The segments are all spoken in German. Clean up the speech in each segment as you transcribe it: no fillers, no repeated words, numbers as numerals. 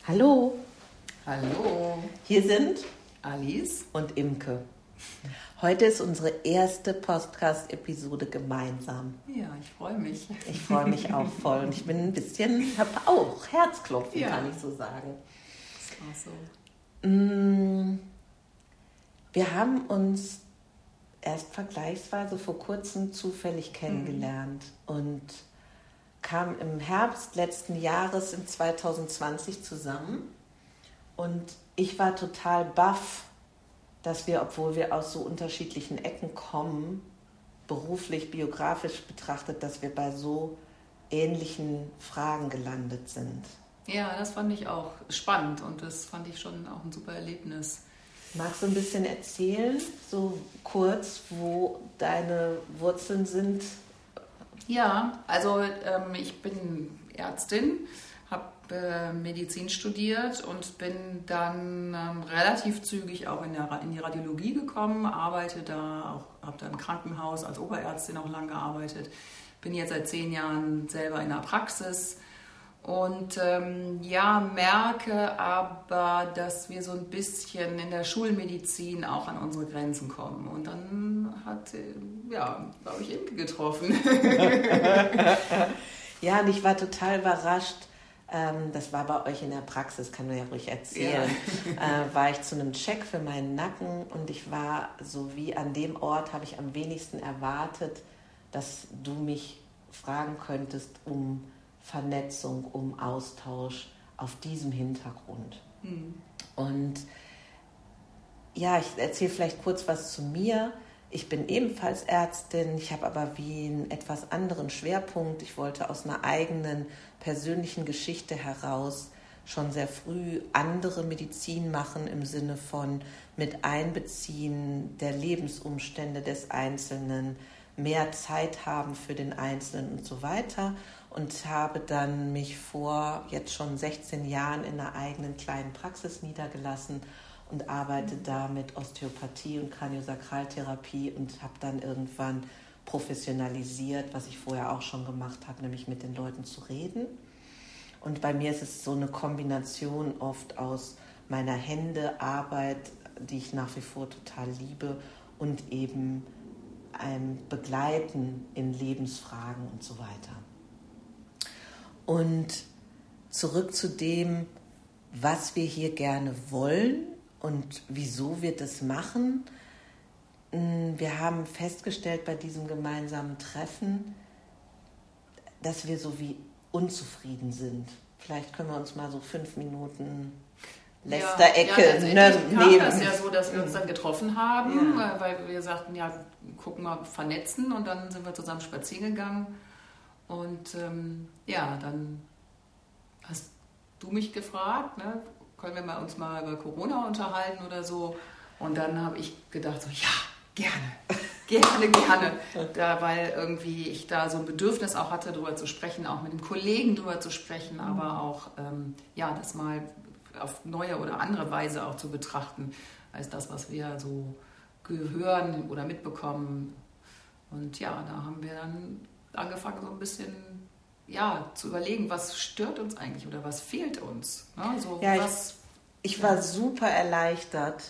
Hallo, Hallo, hier sind Alice. und Imke. Heute ist unsere erste Podcast-Episode gemeinsam. Ja, ich freue mich. Ich freue mich auch voll und ich bin ein bisschen, habe auch Herzklopfen, kann ich so sagen. Das war so. Wir haben uns erst vergleichsweise vor kurzem zufällig kennengelernt und kamen im Herbst letzten Jahres in 2020 zusammen. Und ich war total baff, dass wir, obwohl wir aus so unterschiedlichen Ecken kommen, beruflich, biografisch betrachtet, dass wir bei so ähnlichen Fragen gelandet sind. Ja, das fand ich auch spannend und das fand ich schon auch ein super Erlebnis. Magst du ein bisschen erzählen, so kurz, wo deine Wurzeln sind? Ja, also ich bin Ärztin, habe Medizin studiert und bin dann relativ zügig auch in die Radiologie gekommen, arbeite da auch, habe da im Krankenhaus als Oberärztin auch lang gearbeitet, bin jetzt seit 10 Jahren selber in der Praxis und merke aber, dass wir so ein bisschen in der Schulmedizin auch an unsere Grenzen kommen. Und dann hat, glaube ich, Imke getroffen. Ja, und ich war total überrascht. Das war bei euch in der Praxis, kann man ja ruhig erzählen. Ja. War ich zu einem Check für meinen Nacken und ich war so wie an dem Ort, habe ich am wenigsten erwartet, dass du mich fragen könntest um Vernetzung, um Austausch auf diesem Hintergrund. Und ja, ich erzähle vielleicht kurz was zu mir. Ich bin ebenfalls Ärztin, ich habe aber wie einen etwas anderen Schwerpunkt. Ich wollte aus einer eigenen persönlichen Geschichte heraus schon sehr früh andere Medizin machen, im Sinne von mit Einbeziehen der Lebensumstände des Einzelnen, mehr Zeit haben für den Einzelnen und so weiter. Und habe dann mich vor jetzt schon 16 Jahren in einer eigenen kleinen Praxis niedergelassen und arbeite da mit Osteopathie und Kraniosakraltherapie und habe dann irgendwann professionalisiert, was ich vorher auch schon gemacht habe, nämlich mit den Leuten zu reden. Und bei mir ist es so eine Kombination oft aus meiner Händearbeit, die ich nach wie vor total liebe, und eben ein Begleiten in Lebensfragen und so weiter. Und zurück zu dem, was wir hier gerne wollen und wieso wir das machen. Wir haben festgestellt bei diesem gemeinsamen Treffen, dass wir so wie unzufrieden sind. Vielleicht können wir uns mal so 5 Minuten Lästerecke nehmen. Kam das ja so, dass wir uns dann getroffen haben, weil wir sagten, ja, gucken mal, vernetzen, und dann sind wir zusammen spazieren gegangen. Und dann hast du mich gefragt, ne, können wir uns mal über Corona unterhalten oder so. Und dann habe ich gedacht, so, ja, gerne. Weil irgendwie ich da so ein Bedürfnis auch hatte, darüber zu sprechen, auch mit dem Kollegen darüber zu sprechen, aber auch, das mal auf neue oder andere Weise auch zu betrachten, als das, was wir so gehören oder mitbekommen. Und ja, da haben wir dann angefangen, so ein bisschen zu überlegen, was stört uns eigentlich oder was fehlt uns. Ne? Ich war super erleichtert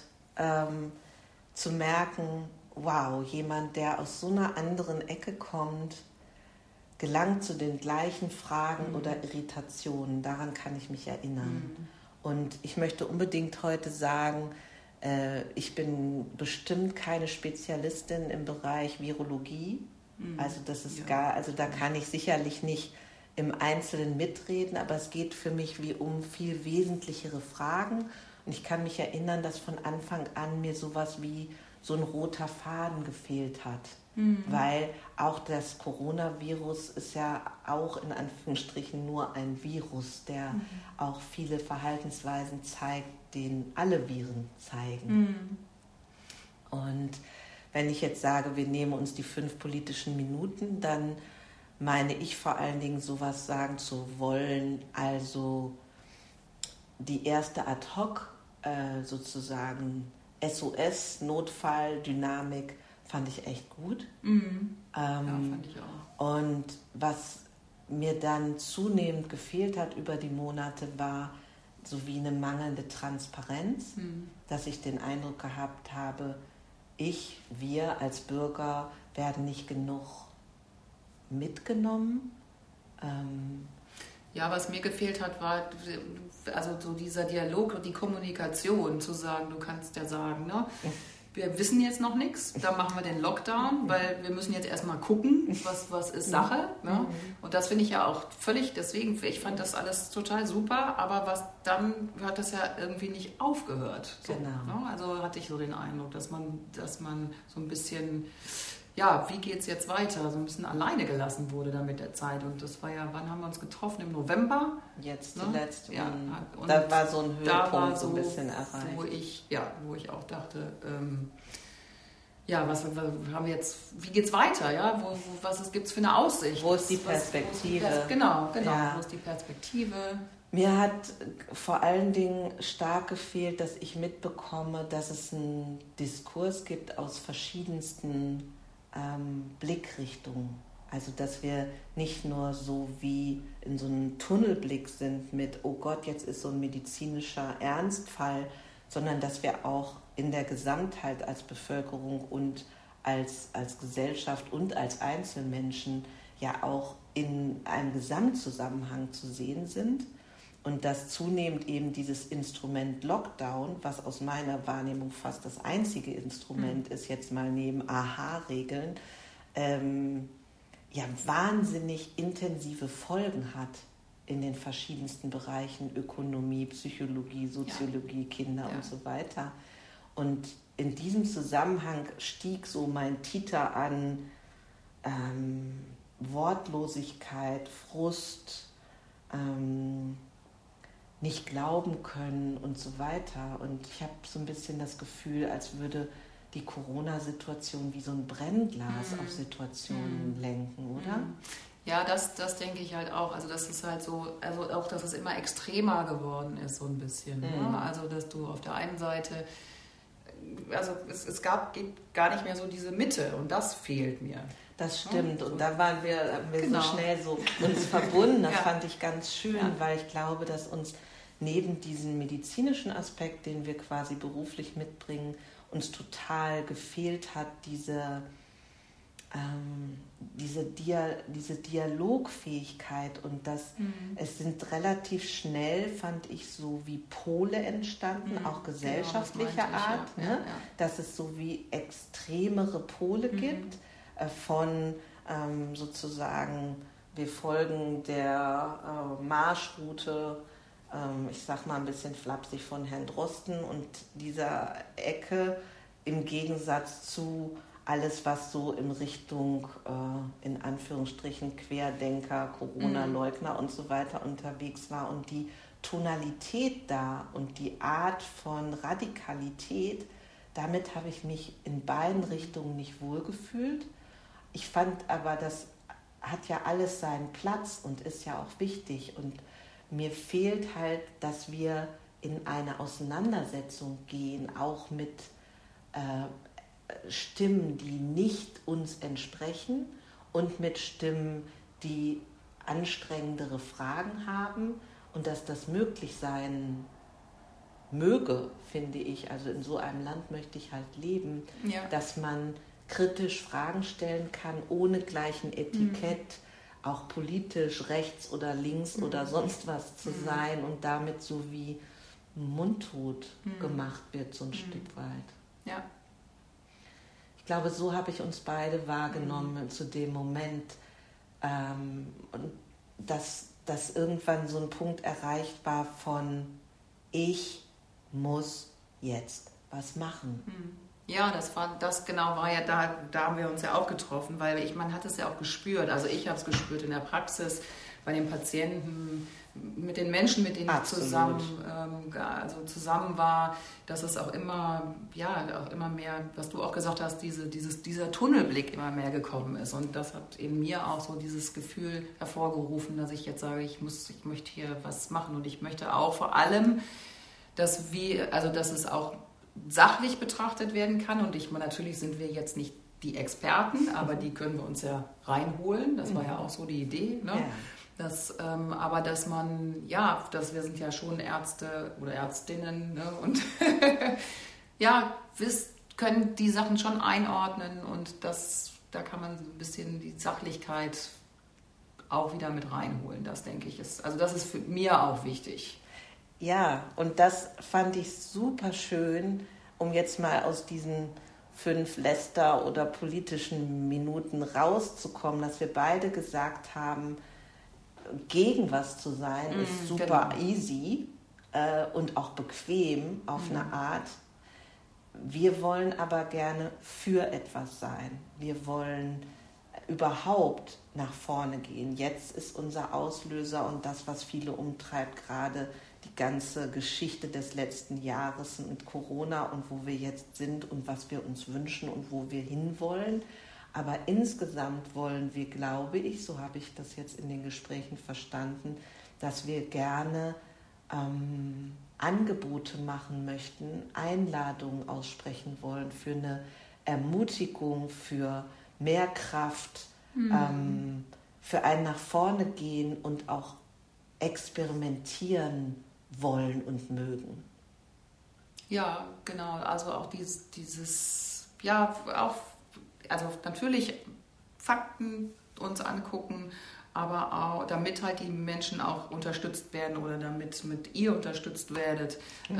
zu merken, wow, jemand, der aus so einer anderen Ecke kommt, gelangt zu den gleichen Fragen oder Irritationen. Daran kann ich mich erinnern. Und ich möchte unbedingt heute sagen, ich bin bestimmt keine Spezialistin im Bereich Virologie. Also das ist da kann ich sicherlich nicht im Einzelnen mitreden, aber es geht für mich wie um viel wesentlichere Fragen. Und ich kann mich erinnern, dass von Anfang an mir sowas wie so ein roter Faden gefehlt hat. Weil auch das Coronavirus ist ja auch in Anführungsstrichen nur ein Virus, der auch viele Verhaltensweisen zeigt, den alle Viren zeigen. Und wenn ich jetzt sage, wir nehmen uns die 5 politischen Minuten, dann meine ich vor allen Dingen sowas sagen zu wollen, also die erste Ad-Hoc sozusagen SOS-Notfall-Dynamik fand ich echt gut. Fand ich auch. Und was mir dann zunehmend gefehlt hat über die Monate, war sowie eine mangelnde Transparenz, dass ich den Eindruck gehabt habe, wir als Bürger werden nicht genug mitgenommen. Ja, was mir gefehlt hat, war also so dieser Dialog und die Kommunikation, zu sagen, du kannst ja sagen, ne? Wir wissen jetzt noch nichts, da machen wir den Lockdown, weil wir müssen jetzt erstmal gucken, was ist Sache. Ne? Und das finde ich ja auch völlig, deswegen, ich fand das alles total super, aber dann hat das ja irgendwie nicht aufgehört. So, genau. Ne? Also hatte ich so den Eindruck, dass man so ein bisschen, ja, wie geht es jetzt weiter, so ein bisschen alleine gelassen wurde da mit der Zeit. Und das war ja, wann haben wir uns getroffen? Im November? Jetzt ne? zuletzt. Ja, und da war so ein Höhepunkt so ein bisschen erreicht. Wo ich auch dachte, was haben wir jetzt, wie geht's weiter? Ja? Was gibt es für eine Aussicht? Wo ist die Perspektive? Genau, ja. Wo ist die Perspektive? Mir hat vor allen Dingen stark gefehlt, dass ich mitbekomme, dass es einen Diskurs gibt aus verschiedensten Blickrichtungen. Also dass wir nicht nur so wie in so einem Tunnelblick sind mit, oh Gott, jetzt ist so ein medizinischer Ernstfall, sondern dass wir auch in der Gesamtheit als Bevölkerung und als Gesellschaft und als Einzelmenschen ja auch in einem Gesamtzusammenhang zu sehen sind. Und dass zunehmend eben dieses Instrument Lockdown, was aus meiner Wahrnehmung fast das einzige Instrument ist, jetzt mal neben AHA-Regeln, wahnsinnig intensive Folgen hat in den verschiedensten Bereichen, Ökonomie, Psychologie, Soziologie, Kinder und so weiter. Und in diesem Zusammenhang stieg so mein Titer an Wortlosigkeit, Frust, nicht glauben können und so weiter. Und ich habe so ein bisschen das Gefühl, als würde die Corona-Situation wie so ein Brennglas auf Situationen lenken, oder? Ja, das denke ich halt auch. Also das ist halt so, also auch, dass es immer extremer geworden ist, so ein bisschen. Ne? Also dass du auf der einen Seite, also es gibt gar nicht mehr so diese Mitte und das fehlt mir. Das stimmt. Und da haben wir so schnell so uns verbunden. Das fand ich ganz schön, weil ich glaube, dass uns neben diesem medizinischen Aspekt, den wir quasi beruflich mitbringen, uns total gefehlt hat, diese Dialogfähigkeit und es sind relativ schnell, fand ich, so wie Pole entstanden, auch gesellschaftlicher Art, dass es so wie extremere Pole gibt von sozusagen, wir folgen der Marschroute, ich sag mal ein bisschen flapsig, von Herrn Drosten und dieser Ecke im Gegensatz zu alles, was so in Richtung, in Anführungsstrichen, Querdenker, Corona-Leugner und so weiter unterwegs war. Und die Tonalität da und die Art von Radikalität, damit habe ich mich in beiden Richtungen nicht wohlgefühlt. Ich fand aber, das hat ja alles seinen Platz und ist ja auch wichtig. Und mir fehlt halt, dass wir in eine Auseinandersetzung gehen, auch mit Stimmen, die nicht uns entsprechen und mit Stimmen, die anstrengendere Fragen haben und dass das möglich sein möge, finde ich. Also in so einem Land möchte ich halt leben, dass man kritisch Fragen stellen kann, ohne gleich ein Etikett, auch politisch rechts oder links oder sonst was zu sein und damit so wie mundtot gemacht wird, so ein Stück weit. Ja. Ich glaube, so habe ich uns beide wahrgenommen zu dem Moment, und dass irgendwann so ein Punkt erreicht war von ich muss jetzt was machen. Ja, das war ja, da haben wir uns ja auch getroffen, weil man hat es ja auch gespürt, also ich habe es gespürt in der Praxis, bei den Patienten, mit den Menschen, mit denen ich zusammen war, dass es auch immer mehr, was du auch gesagt hast, dieser Tunnelblick immer mehr gekommen ist. Und das hat in mir auch so dieses Gefühl hervorgerufen, dass ich jetzt sage, ich möchte hier was machen. Und ich möchte auch vor allem, dass es auch sachlich betrachtet werden kann. Und natürlich sind wir jetzt nicht die Experten, aber die können wir uns ja reinholen. Das war ja auch so die Idee, ne? Aber dass wir sind ja schon Ärzte oder Ärztinnen, ne? Und können die Sachen schon einordnen und da kann man ein bisschen die Sachlichkeit auch wieder mit reinholen. Das denke ich das ist für mir auch wichtig. Ja, und das fand ich super schön, um jetzt mal aus diesen 5 Läster- oder politischen Minuten rauszukommen, dass wir beide gesagt haben, gegen was zu sein ist super easy und auch bequem auf eine Art. Wir wollen aber gerne für etwas sein. Wir wollen überhaupt nach vorne gehen. Jetzt ist unser Auslöser und das, was viele umtreibt, gerade die ganze Geschichte des letzten Jahres mit Corona und wo wir jetzt sind und was wir uns wünschen und wo wir hinwollen. Aber insgesamt wollen wir, glaube ich, so habe ich das jetzt in den Gesprächen verstanden, dass wir gerne Angebote machen möchten, Einladungen aussprechen wollen für eine Ermutigung, für mehr Kraft, für ein nach vorne gehen und auch experimentieren wollen und mögen. Ja, genau. Also auch also natürlich Fakten uns angucken, aber auch, damit halt die Menschen auch unterstützt werden oder damit mit ihr unterstützt werdet,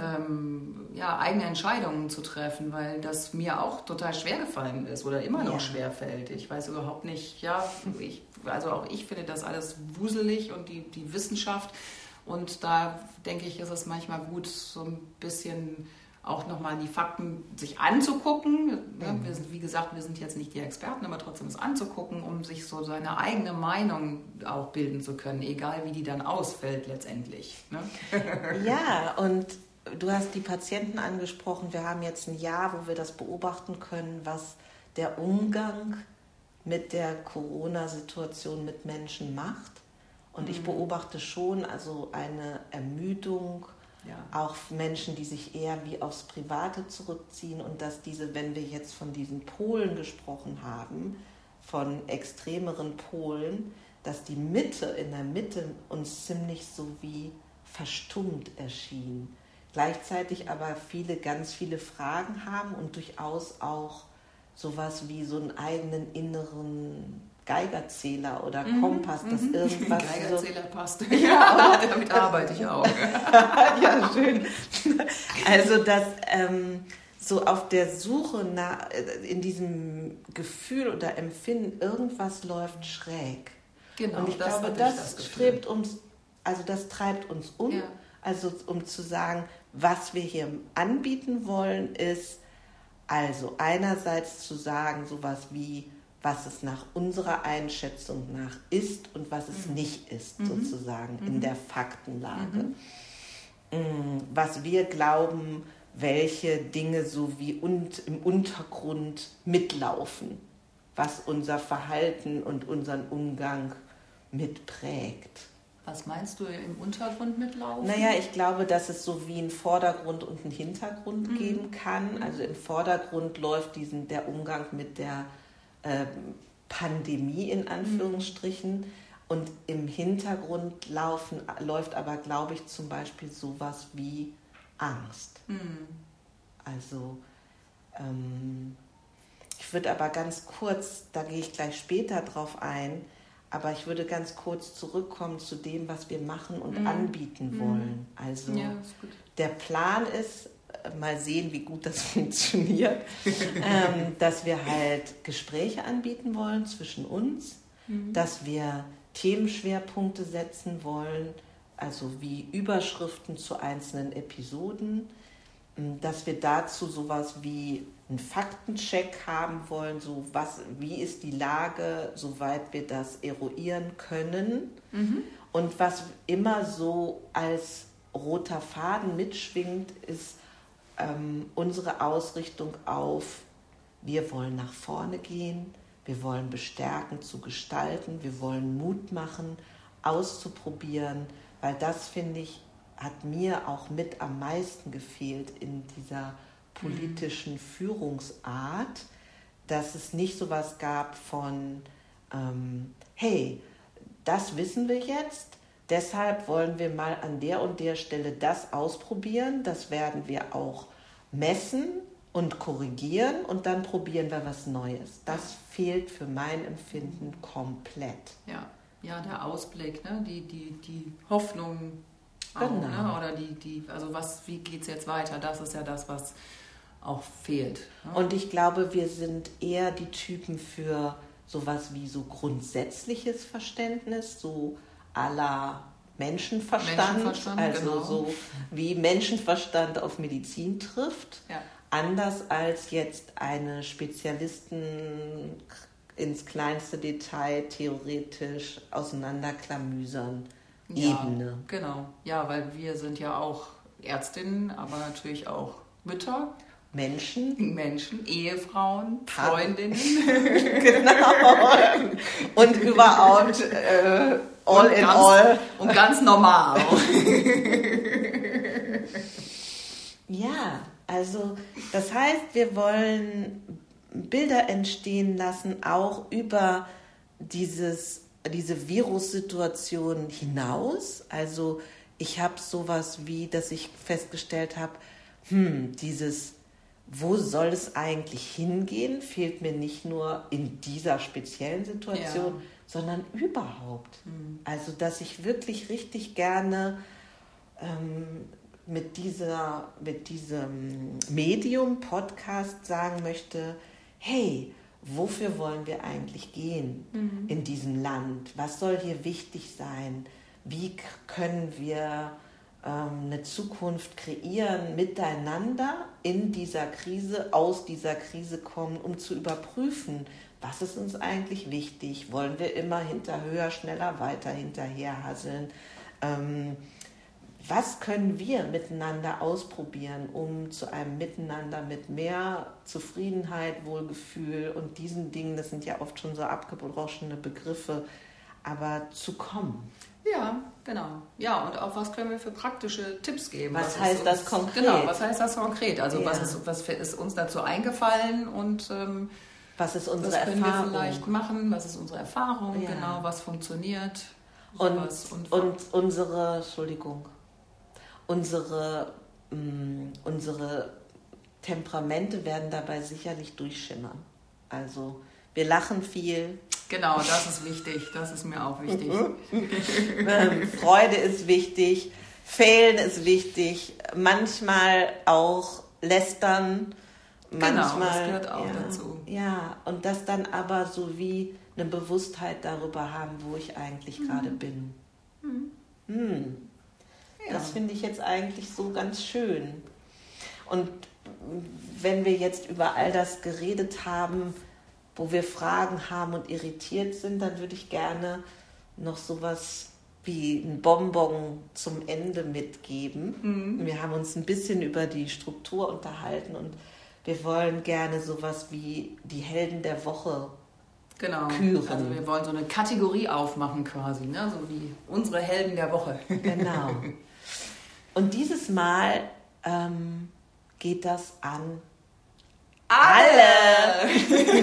eigene Entscheidungen zu treffen, weil das mir auch total schwer gefallen ist oder immer noch schwer fällt. Ich weiß überhaupt nicht, auch ich finde das alles wuselig und die Wissenschaft, und da denke ich, ist es manchmal gut, so ein bisschen auch nochmal die Fakten sich anzugucken. Wir sind, wie gesagt, wir sind jetzt nicht die Experten, aber trotzdem es anzugucken, um sich so seine eigene Meinung auch bilden zu können, egal wie die dann ausfällt letztendlich. Ne? Ja, und du hast die Patienten angesprochen. Wir haben jetzt ein Jahr, wo wir das beobachten können, was der Umgang mit der Corona-Situation mit Menschen macht. Und ich beobachte schon also eine Ermüdung, auch Menschen, die sich eher wie aufs Private zurückziehen und dass wenn wir jetzt von diesen Polen gesprochen haben, von extremeren Polen, dass die Mitte in der Mitte uns ziemlich so wie verstummt erschien. Gleichzeitig aber ganz viele Fragen haben und durchaus auch sowas wie so einen eigenen inneren Geigerzähler oder Kompass, dass irgendwas Geigerzähler passt. Ja, damit arbeite ich auch. Ja, schön. Also, dass so auf der Suche in diesem Gefühl oder Empfinden, irgendwas läuft schräg. Genau, und ich glaube, das treibt uns um. Ja. Also, um zu sagen, was wir hier anbieten wollen, ist also einerseits zu sagen, sowas wie, was es nach unserer Einschätzung nach ist und was es nicht ist, sozusagen, in der Faktenlage. Was wir glauben, welche Dinge so wie im Untergrund mitlaufen, was unser Verhalten und unseren Umgang mitprägt. Was meinst du im Untergrund mitlaufen? Naja, ich glaube, dass es so wie einen Vordergrund und einen Hintergrund geben kann. Also im Vordergrund läuft der Umgang mit der Pandemie in Anführungsstrichen und im Hintergrund läuft aber, glaube ich, zum Beispiel sowas wie Angst. Also ich würde aber ganz kurz, da gehe ich gleich später drauf ein, aber ich würde ganz kurz zurückkommen zu dem, was wir machen und anbieten wollen. Also ist gut. Der Plan ist, mal sehen, wie gut das funktioniert, dass wir halt Gespräche anbieten wollen zwischen uns, dass wir Themenschwerpunkte setzen wollen, also wie Überschriften zu einzelnen Episoden, dass wir dazu sowas wie einen Faktencheck haben wollen, so wie ist die Lage, soweit wir das eruieren können. Und was immer so als roter Faden mitschwingt, ist unsere Ausrichtung auf, wir wollen nach vorne gehen, wir wollen bestärken, zu gestalten, wir wollen Mut machen, auszuprobieren, weil das, finde ich, hat mir auch mit am meisten gefehlt in dieser politischen Führungsart, dass es nicht sowas gab von, hey, das wissen wir jetzt. Deshalb wollen wir mal an der und der Stelle das ausprobieren. Das werden wir auch messen und korrigieren und dann probieren wir was Neues. Das fehlt für mein Empfinden komplett. Ja, der Ausblick, ne? Die Hoffnung auch, Genau. Ne? Oder wie geht es jetzt weiter? Das ist ja das, was auch fehlt. Ne? Und ich glaube, wir sind eher die Typen für sowas wie so grundsätzliches Verständnis, so à la Menschenverstand, also genau. so wie Menschenverstand auf Medizin trifft, anders als jetzt eine Spezialisten ins kleinste Detail theoretisch auseinanderklamüsern Ebene. Genau, ja, weil wir sind ja auch Ärztinnen, aber natürlich auch Mütter. Menschen, Ehefrauen, Freundinnen. Genau. Und überhaupt all in all. Und ganz normal. Ja, also das heißt, wir wollen Bilder entstehen lassen, auch über diese Virussituation hinaus. Also ich habe sowas wie, dass ich festgestellt habe, wo soll es eigentlich hingehen, fehlt mir nicht nur in dieser speziellen Situation, sondern überhaupt. Also, dass ich wirklich richtig gerne mit diesem Medium Podcast sagen möchte, hey, wofür wollen wir eigentlich gehen in diesem Land? Was soll hier wichtig sein? Wie können wir eine Zukunft kreieren miteinander in dieser Krise, aus dieser Krise kommen, um zu überprüfen, was ist uns eigentlich wichtig? Wollen wir immer höher, schneller, weiter hinterher hasseln? Was können wir miteinander ausprobieren, um zu einem Miteinander mit mehr Zufriedenheit, Wohlgefühl und diesen Dingen, das sind ja oft schon so abgebrochene Begriffe, aber zu kommen? Ja, genau. Ja, und auch was können wir für praktische Tipps geben? Was heißt das konkret? Genau, was heißt das konkret? Also was ist uns dazu eingefallen und was ist unsere was können Erfahrung? wir vielleicht machen? Was ist unsere Erfahrung? Ja. Genau, was funktioniert? Und unsere Temperamente werden dabei sicherlich durchschimmern. Also wir lachen viel. Genau, das ist wichtig. Das ist mir auch wichtig. Freude ist wichtig. Failen ist wichtig. Manchmal auch lästern. Manchmal, genau, das gehört auch dazu. Ja, und das dann aber so wie eine Bewusstheit darüber haben, wo ich eigentlich gerade bin. Ja. Das finde ich jetzt eigentlich so ganz schön. Und wenn wir jetzt über all das geredet haben, wo wir Fragen haben und irritiert sind, dann würde ich gerne noch sowas wie ein Bonbon zum Ende mitgeben. Wir haben uns ein bisschen über die Struktur unterhalten und wir wollen gerne sowas wie die Helden der Woche küren. Also wir wollen so eine Kategorie aufmachen quasi, ne? So wie unsere Helden der Woche. Genau. Und dieses Mal geht das an alle.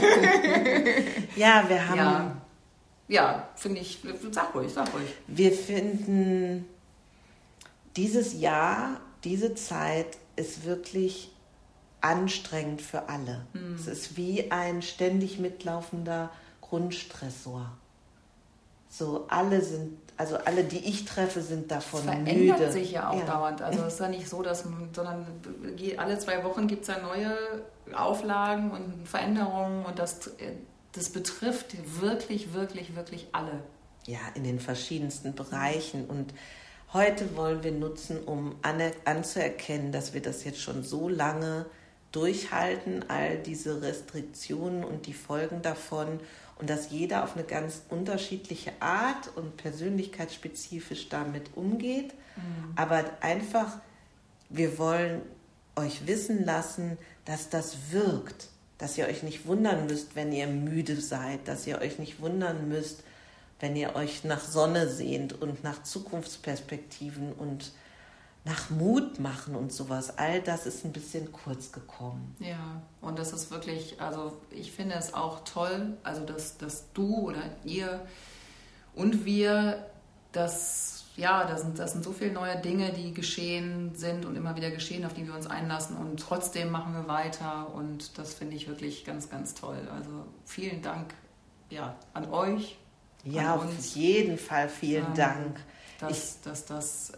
Ja, wir haben... Ja, finde ich, sag ruhig. Wir finden, dieses Jahr, diese Zeit ist wirklich anstrengend für alle. Es ist wie ein ständig mitlaufender Grundstressor. So, alle, die ich treffe, sind davon müde. Es verändert sich ja auch dauernd. Also es ist ja nicht so, sondern alle 2 Wochen gibt es ja neue Auflagen und Veränderungen und das betrifft wirklich, wirklich, wirklich alle. Ja, in den verschiedensten Bereichen. Und heute wollen wir nutzen, um anzuerkennen, dass wir das jetzt schon so lange durchhalten, all diese Restriktionen und die Folgen davon, und dass jeder auf eine ganz unterschiedliche Art und persönlichkeitsspezifisch damit umgeht. Aber einfach, wir wollen euch wissen lassen, dass das wirkt, dass ihr euch nicht wundern müsst, wenn ihr müde seid, dass ihr euch nicht wundern müsst, wenn ihr euch nach Sonne sehnt und nach Zukunftsperspektiven und nach Mut machen und sowas. All das ist ein bisschen kurz gekommen. Ja, und das ist wirklich, also ich finde es auch toll, also dass du oder ihr Und das sind so viele neue Dinge, die geschehen sind und immer wieder geschehen, auf die wir uns einlassen und trotzdem machen wir weiter und das finde ich wirklich ganz, ganz toll. Also vielen Dank an euch. Ja, an auf uns. jeden Fall vielen Dank. Dass das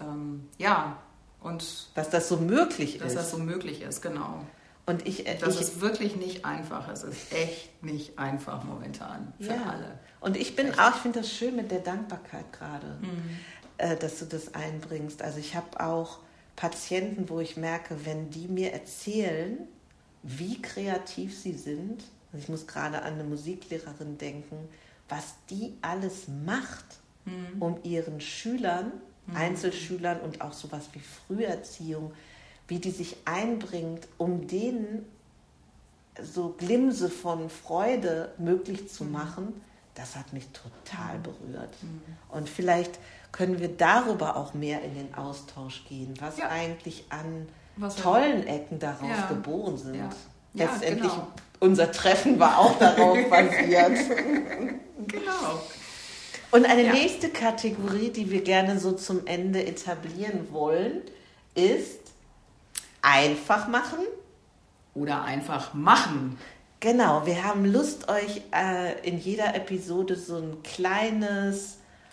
so möglich ist. Dass das so möglich ist, genau. Und das ist wirklich nicht einfach. Es ist echt nicht einfach momentan für alle. Und ich finde das schön mit der Dankbarkeit gerade, dass du das einbringst. Also ich habe auch Patienten, wo ich merke, wenn die mir erzählen, wie kreativ sie sind, also ich muss gerade an eine Musiklehrerin denken, was die alles macht, um ihren Schülern, Einzelschülern und auch sowas wie Früherziehung, wie die sich einbringt, um denen so Glimse von Freude möglich zu machen, das hat mich total berührt. Und vielleicht können wir darüber auch mehr in den Austausch gehen, was eigentlich an tollen Ecken daraus geboren sind. Ja. Letztendlich, genau. Unser Treffen war auch darauf basiert. Genau. Und eine nächste Kategorie, die wir gerne so zum Ende etablieren wollen, ist einfach machen. Oder einfach machen. Genau, wir haben Lust, euch in jeder Episode so ein kleines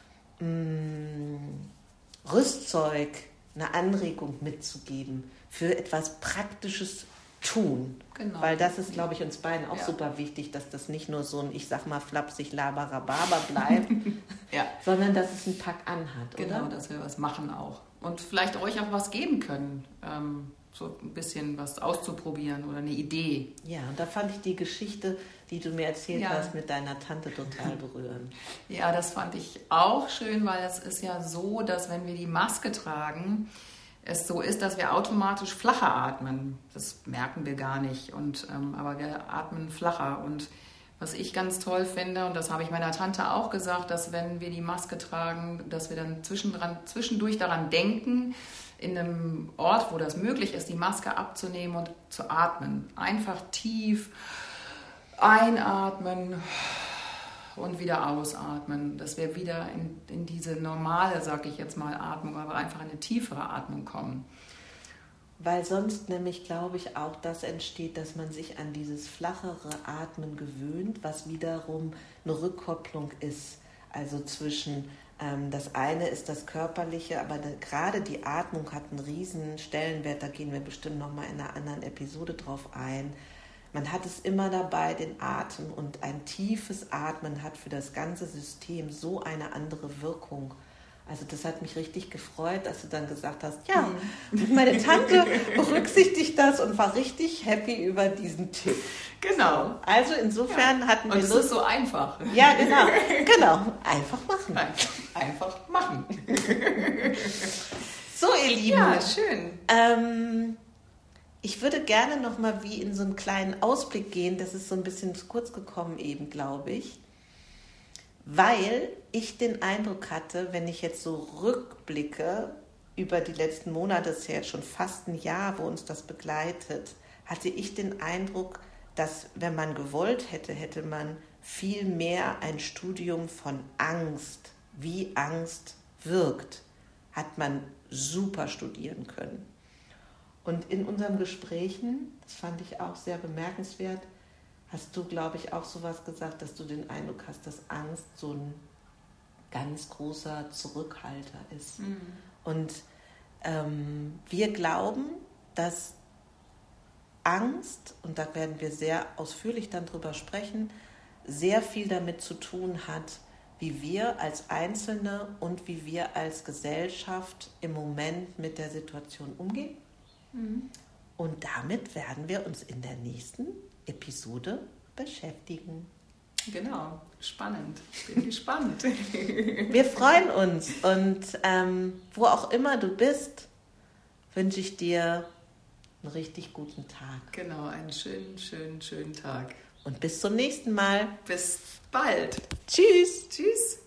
Rüstzeug, eine Anregung mitzugeben für etwas Praktisches tun. Genau. Weil das ist, glaube ich, uns beiden auch super wichtig, dass das nicht nur so ein, ich sag mal, flapsig Laberababa bleibt, sondern dass es einen Pack anhat, oder? Genau, dass wir was machen auch. Und vielleicht euch auch was geben können, so ein bisschen was auszuprobieren oder eine Idee. Ja, und da fand ich die Geschichte, die du mir erzählt hast, mit deiner Tante total berührend. Ja, das fand ich auch schön, weil es ist ja so, dass wenn wir die Maske tragen, es so ist, dass wir automatisch flacher atmen. Das merken wir gar nicht, aber wir atmen flacher. Und was ich ganz toll finde, und das habe ich meiner Tante auch gesagt, dass wenn wir die Maske tragen, dass wir dann zwischendurch daran denken, in einem Ort, wo das möglich ist, die Maske abzunehmen und zu atmen. Einfach tief einatmen und wieder ausatmen, dass wir wieder in diese normale, sag ich jetzt mal, Atmung, aber einfach in eine tiefere Atmung kommen. Weil sonst nämlich, glaube ich, auch das entsteht, dass man sich an dieses flachere Atmen gewöhnt, was wiederum eine Rückkopplung ist. Also zwischen, das eine ist das Körperliche, aber gerade die Atmung hat einen riesen Stellenwert, da gehen wir bestimmt nochmal in einer anderen Episode drauf ein. Man hat es immer dabei, den Atem, und ein tiefes Atmen hat für das ganze System so eine andere Wirkung. Also das hat mich richtig gefreut, dass du dann gesagt hast, ja, und meine Tante berücksichtigt das und war richtig happy über diesen Tipp. Genau. So, also insofern hatten wir Lust. Und es ist so einfach. Ja, genau. Einfach machen. Einfach machen. So, ihr Lieben. Ja, schön. Ich würde gerne nochmal wie in so einen kleinen Ausblick gehen, das ist so ein bisschen zu kurz gekommen eben, glaube ich, weil ich den Eindruck hatte, wenn ich jetzt so rückblicke über die letzten Monate, das ist ja jetzt schon fast ein Jahr, wo uns das begleitet, hatte ich den Eindruck, dass, wenn man gewollt hätte, hätte man viel mehr ein Studium von Angst, wie Angst wirkt, hat man super studieren können. Und in unseren Gesprächen, das fand ich auch sehr bemerkenswert, hast du, glaube ich, auch sowas gesagt, dass du den Eindruck hast, dass Angst so ein ganz großer Zurückhalter ist. Und wir glauben, dass Angst, und da werden wir sehr ausführlich dann drüber sprechen, sehr viel damit zu tun hat, wie wir als Einzelne und wie wir als Gesellschaft im Moment mit der Situation umgehen. Und damit werden wir uns in der nächsten Episode beschäftigen. Genau, spannend. Bin gespannt. Wir freuen uns und wo auch immer du bist, wünsche ich dir einen richtig guten Tag. Genau, einen schönen Tag. Und bis zum nächsten Mal. Bis bald. Tschüss. Tschüss.